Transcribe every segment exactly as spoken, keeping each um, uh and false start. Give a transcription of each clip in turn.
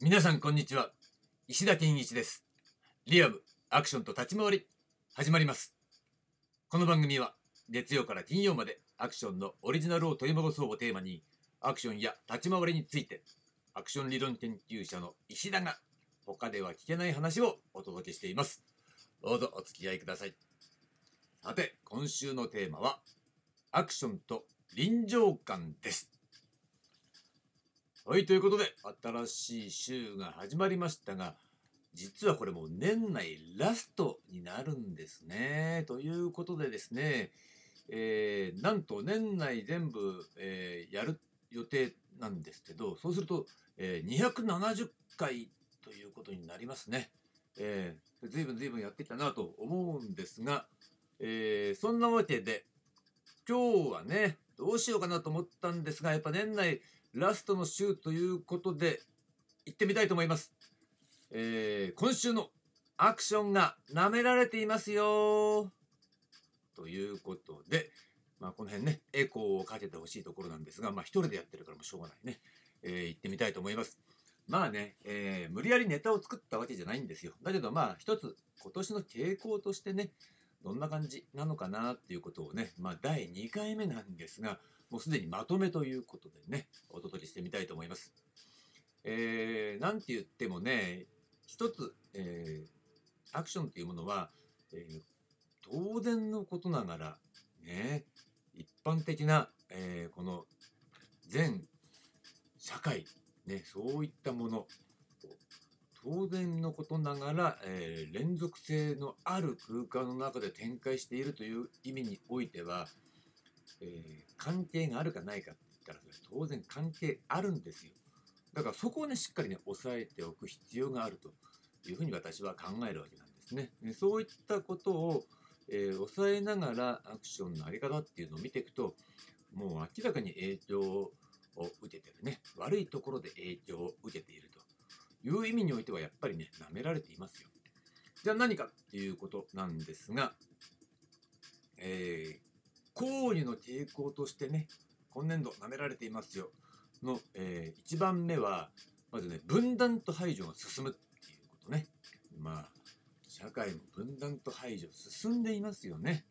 皆さんこんにちは。石田健一です。リアムアクションと立ち回り始まります。この番組は月曜から金曜までアクションのオリジナルを取り戻そうをテーマに、アクションや立ち回りについてアクション理論研究者の石田が他では聞けない話をお届けしています。どうぞお付き合いください。さて、今週のテーマはアクションと臨場感です。はい、ということで新しい週が始まりましたが、実はこれもう年内ラストになるんですね。ということでですね、えー、なんと年内全部、えーやる予定なんですけど、そうすると、えーにひゃくななじゅっかいということになりますね。えー、ずいぶんずいぶんやってきたなと思うんですが、えーそんなわけで今日はね、どうしようかなと思ったんですが、やっぱ年内ラストの週ということで行ってみたいと思います。えー今週のアクションが舐められていますよということで、まあ、この辺ねエコーをかけてほしいところなんですが、まあ一人でやってるからもうしょうがないね、えー行ってみたいと思います。まあね、えー無理やりネタを作ったわけじゃないんですよ。だけどまあ一つ今年の傾向としてね、どんな感じなのかなっていうことをね、まあだいにかいめなんですが、もうすでにまとめということでね、お届けしてみたいと思います。えー、なんて言ってもね、一つ、えー、アクションというものは、えー当然のことながら、ね、一般的な、えーこの全社会、ね、そういったもの、当然のことながら、えー連続性のある空間の中で展開しているという意味においては、えー関係があるかないかって言ったら、それ当然関係あるんですよ。だからそこをね、しっかりね、押さえておく必要があるというふうに私は考えるわけなんですね。でそういったことを、えー抑えながらアクションのあり方っていうのを見ていくと、もう明らかに影響を受けてるね、悪いところで影響を受けているという意味においてはやっぱりね、舐められていますよ。じゃあ何かっていうことなんですが、えー、行為の傾向としてね、今年度舐められていますよの、えー、いちばんめは、まずね、分断と排除が進むっていうことね。まあ、社会も分断と排除進んでいますよね。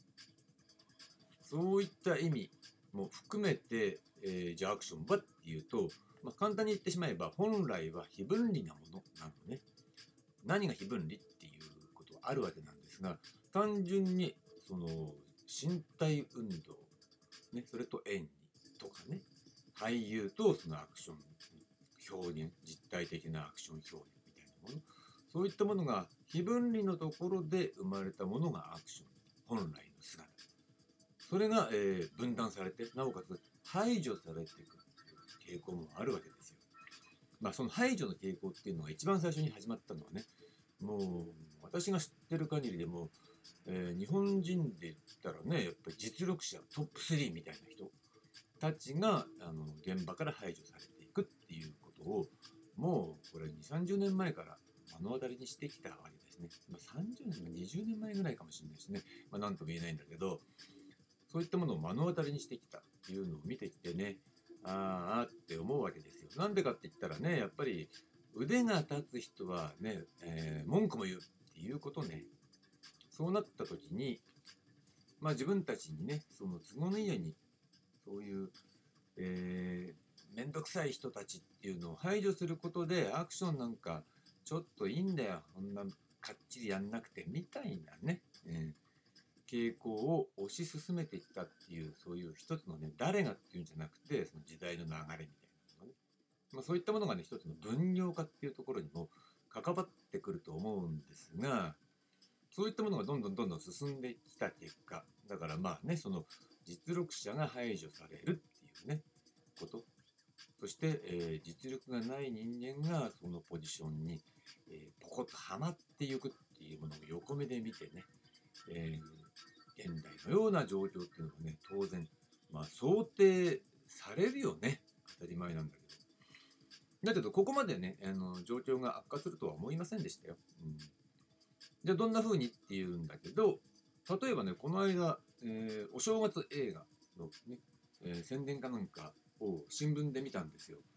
そういった意味も含めて、えー、じゃあアクションはっていうと、まあ、簡単に言ってしまえば、本来は非分離なものなのね。何が非分離っていうことはあるわけなんですが、単純にその身体運動、ね、それと演技とかね、俳優とそのアクション表現、実体的なアクション表現みたいなもの、そういったものが非分離のところで生まれたものがアクション本来の姿。それが、えー分断されて、なおかつ排除されていくっていう傾向もあるわけですよ。まあその排除の傾向っていうのが一番最初に始まったのはね、もう私が知ってる限りでも、えー日本人で言ったらね、やっぱり実力者トップスリーみたいな人たちがあの現場から排除されていくっていうことを、もうこれにじゅう、さんじゅうねんまえから目の当たりにしてきたわけですね。まあ、さんじゅうねん、にじゅうねんまえぐらいかもしれないですね。まあ、なんとも言えないんだけど、そういったものを目の当たりにしてきたっていうのを見てきてね、あーあって思うわけですよ。なんでかって言ったらね、やっぱり腕が立つ人はね、えー文句も言うっていうことね。そうなった時に、まあ自分たちにね、その都合のいいように、そういう、えー、めんどくさい人たちっていうのを排除することで、アクションなんかちょっといいんだよ。こんなかっちりやんなくて、みたいなね、えー傾向を推し進めてきたっていう、そういう一つのね、誰がっていうんじゃなくて、その時代の流れみたいなのがね、まあ、そういったものがね、一つの分業化っていうところにも関わってくると思うんですが、そういったものがどんどんどんどん進んできた結果、だからまあね、その実力者が排除されるっていうね、こと。そして、えー実力がない人間がそのポジションに、えーポコッとはまっていくっていうものを横目で見てね、えー現代のような状況っていうのがね、当然、まあ想定されるよね。当たり前なんだけど。だけど、ここまでね、あの状況が悪化するとは思いませんでしたよ。うん、じゃあ、どんな風にっていうんだけど、例えばね、この間、えーお正月映画のね、えー宣伝かなんかを新聞で見たんですよ。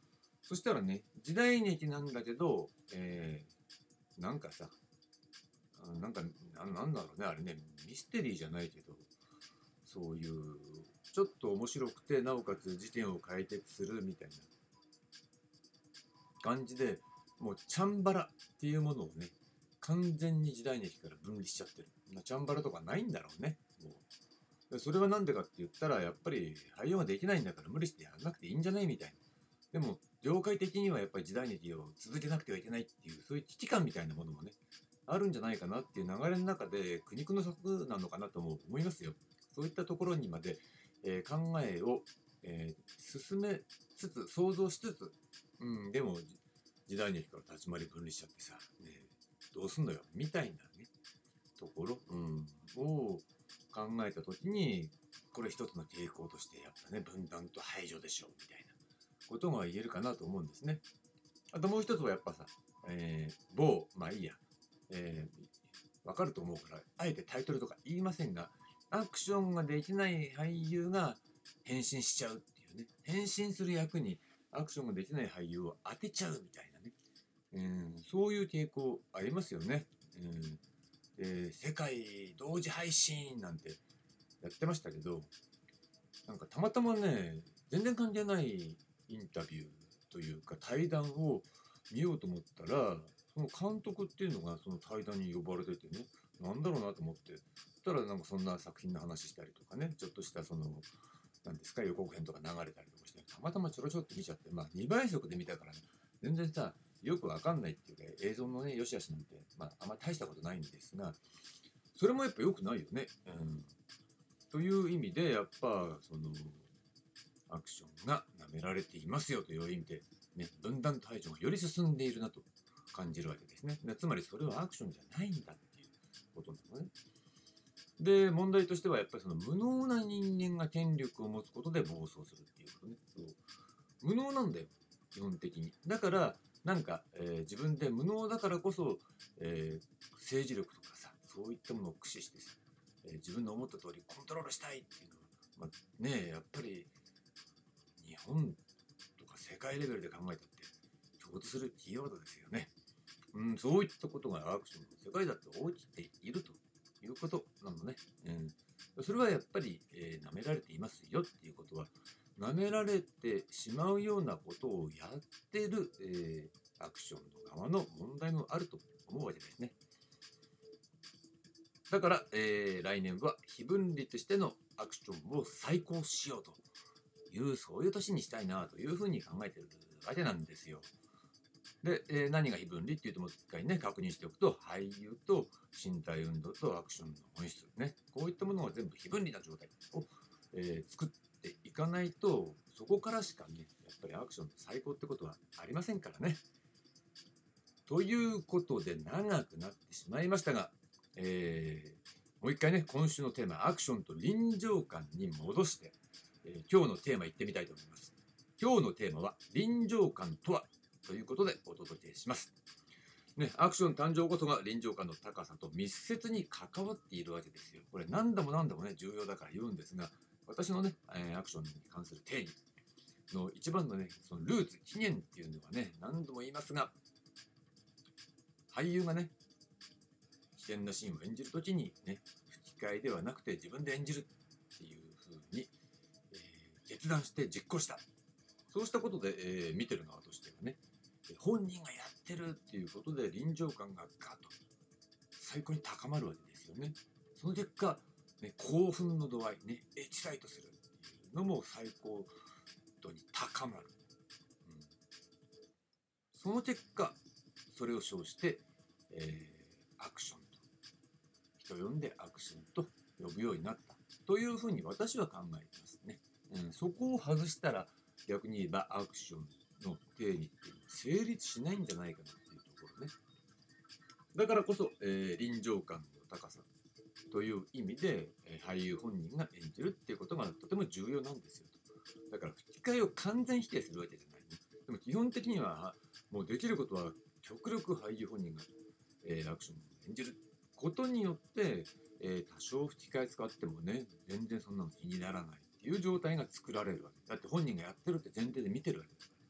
そしたらね、時代劇なんだけど、えー、なんかさ、なんかな、なんだろうね、あれね、ミステリーじゃないけど、そういうちょっと面白くてなおかつ事件を解決するみたいな感じで、もうチャンバラっていうものをね、完全に時代劇から分離しちゃってる。チャンバラとかないんだろうね。もうそれはなんでかって言ったら、やっぱり俳優ができないんだから無理してやらなくていいんじゃないみたいな。でも業界的にはやっぱり時代劇を続けなくてはいけないっていう、そういう危機感みたいなものもね、あるんじゃないかなっていう流れの中で苦肉の策なのかなとも思いますよ。そういったところにまで、えー考えを、えー進めつつ、想像しつつ、うん、でも時代劇から立ち回り分離しちゃってさ、ね、どうすんのよみたいなね、ところ、うん、を考えた時に、これ一つの傾向としてやっぱね、分断と排除でしょうみたいなことが言えるかなと思うんですね。あともう一つはやっぱさ、えー、某、まあいいや、えー、わかると思うから、あえてタイトルとか言いませんが、アクションができない俳優が変身しちゃうっていうね、変身する役にアクションができない俳優を当てちゃうみたいなね、うん、そういう傾向ありますよね。うん、で世界同時配信なんてやってましたけど、なんかたまたまね、全然関係ないインタビューというか対談を見ようと思ったら、その監督っていうのがその対談に呼ばれててね、なんだろうなと思って、そしたらなんかそんな作品の話したりとかね、ちょっとしたその、なんですか、予告編とか流れたりとかして、たまたまちょろちょろって見ちゃって、まあにばい速で見たから、ね、全然さ、よくわかんないっていうか、映像のね、良し悪しなんて、まああんまり大したことないんですが、それもやっぱ良くないよね。うん。という意味で、やっぱ、その、アクションが舐められていますよという意味で、ね、分断排除がより進んでいるなと感じるわけですね。でつまりそれはアクションじゃないんだっていうことなのね。で、問題としてはやっぱりその無能な人間が権力を持つことで暴走するっていうことね。そう無能なんだよ、基本的に。だから、なんか、えー自分で無能だからこそ、えー政治力とかさ、そういったものを駆使してさ、えー自分の思った通りコントロールしたいっていうのは、まあ、ねえ、やっぱり日本とか世界レベルで考えたって共通するキーワードですよね。うん、そういったことがアクションの世界だって起きているということなのね。うん、それはやっぱり、えー舐められていますよっていうことは、舐められてしまうようなことをやってる、えーアクションの側の問題もあると思うわけですね。だから、えー来年は非分離としてのアクションを再考しようという、そういう年にしたいなというふうに考えているわけなんですよ。で、えー何が非分離っていうともう一回ね、確認しておくと、俳優と身体運動とアクションの本質ね、こういったものが全部非分離な状態を、えー作っていかないと、そこからしかね、やっぱりアクションの最高ってことはありませんからね。ということで長くなってしまいましたが、えーもう一回ね、今週のテーマ、アクションと臨場感に戻して、えー今日のテーマいってみたいと思います。今日のテーマは、臨場感とはということでお届けします。ね、アクション誕生こそが臨場感の高さと密接に関わっているわけですよ。これ何度も何度もね、重要だから言うんですが、私のね、えーアクションに関する定義の一番のね、そのルーツ、起源っていうのはね、何度も言いますが、俳優がね、危険なシーンを演じるときにね、吹き替えではなくて自分で演じるっていう風に、えー決断して実行した。そうしたことで、えー見てる側としてはね、本人がやってるっていうことで臨場感がガッと最高に高まるわけですよね。その結果、ね、興奮の度合い、ね、エキサイトするっていうのも最高度に高まる。うん、その結果、それを称して、えーアクションと、人呼んでアクションと呼ぶようになったというふうに私は考えてますね。うん、そこを外したら逆に言えばアクションの定義っていうのは成立しないんじゃないかなっていうところね。だからこそ、えー臨場感の高さという意味で、えー俳優本人が演じるっていうことがとても重要なんですよと。だから吹き替えを完全否定するわけじゃないね。でも基本的にはもうできることは極力俳優本人が、えーアクションを演じることによって、えー多少吹き替え使ってもね、全然そんなの気にならないっていう状態が作られるわけだって本人がやってるって前提で見てるわけだから。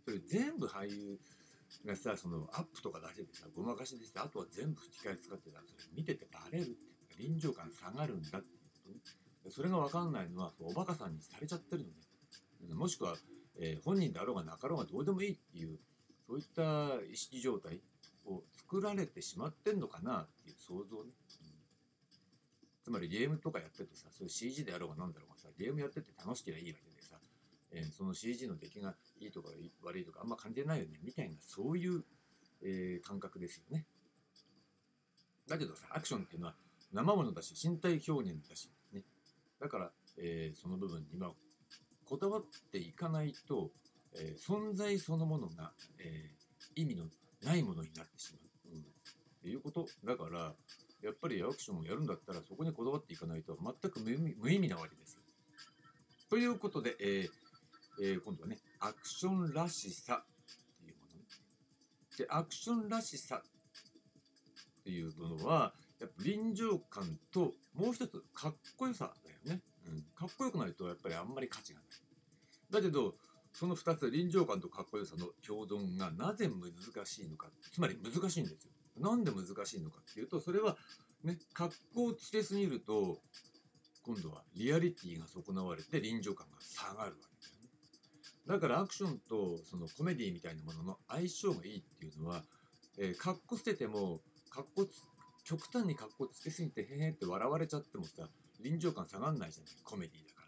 ぱり全部俳優がさ、そのアップとか出しててさ、ごまかしでさ、あとは全部吹き替え使ってたら、それ見ててバレるって、臨場感下がるんだっていうことね。それが分かんないのは、おバカさんにされちゃってるのね。もしくは、えー本人であろうがなかろうがどうでもいいっていう、そういった意識状態を作られてしまってんのかなっていう想像ね。うんつまりゲームとかやっててさ、そういう シージー であろうがなんだろうがさ、ゲームやってて楽しければいいわけでさ、えーその シージー の出来がいいとか悪いとかあんま関係ないよね、みたいな、そういう、えー感覚ですよね。だけどさ、アクションっていうのは生ものだし、身体表現だし、ね。だから、えーその部分にはこだわっていかないと、えー存在そのものが、えー意味のないものになってしまう。うん、っていうことだから、やっぱりアクションをやるんだったらそこにこだわっていかないと全く無意味無意味なわけですよ。ということで、えーえー今度はね、アクションらしさっていうものね。で、アクションらしさっていうものは、やっぱ臨場感ともう一つかっこよさだよね。うん、かっこよくないとやっぱりあんまり価値がない。だけど、そのふたつ、臨場感とかっこよさの共存がなぜ難しいのか、つまり難しいんですよ。なんで難しいのかっていうと、それはね、格好をつけすぎると、今度はリアリティが損なわれて臨場感が下がるわけだよね。だからアクションとそのコメディみたいなものの相性がいいっていうのは、えー、格好捨てても、格好つ極端に格好つけすぎてへへって笑われちゃってもさ、臨場感下がんないじゃない、コメディだから。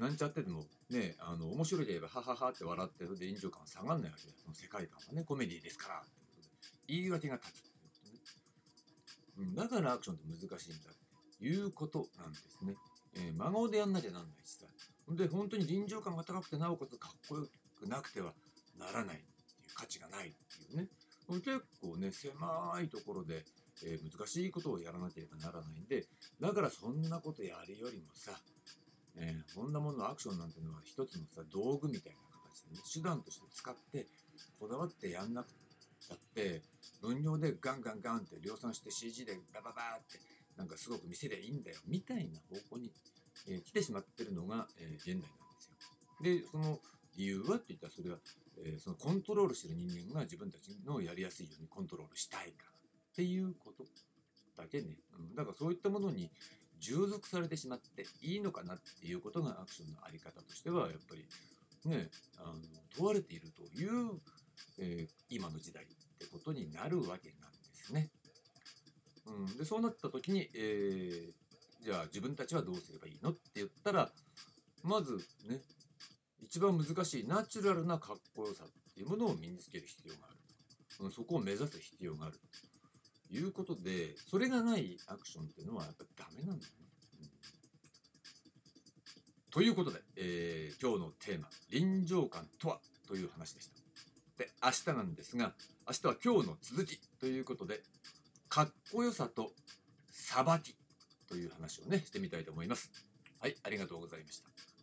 なんちゃってでもね、あの面白いで言えばはははって笑って、それで臨場感は下がんないわけだよ。その世界観はね、コメディですからってことで言い訳が立つってことね。うん、だからアクションって難しいんだっていうことなんですね。えー、真顔でやんなきゃなんないしさ。で、本当に臨場感が高くてなおかつかっこよくなくてはならないっていう価値がないっていうね。結構ね、狭いところで、えー難しいことをやらなければならないんで、だからそんなことやるよりもさ、えー、こんなものアクションなんていうのは一つのさ道具みたいな形でね、手段として使ってこだわってやんなくたって分量でガンガンガンって量産して シージー でバババーってなんかすごく見せりゃいいんだよみたいな方向に、えー来てしまってるのが、えー現代なんですよ。でその理由はって言ったらそれは、えーそのコントロールしてる人間が自分たちのやりやすいようにコントロールしたいからっていうことだけね、うん、だからそういったものに従属されてしまっていいのかなっていうことがアクションのあり方としてはやっぱりね、あの問われているという、えー今の時代ってことになるわけなんですね。うん、でそうなった時に、えーじゃあ自分たちはどうすればいいのって言ったら、まずね、一番難しいナチュラルなかっこよさっていうものを身につける必要がある。うん、そこを目指す必要があるということで、それがないアクションっていうのはやっぱダメなんだよね。うんということで、えー今日のテーマ、臨場感とはという話でした。で、明日なんですが、明日は今日の続きということで、かっこよさとさばきという話をね、してみたいと思います。はい、ありがとうございました。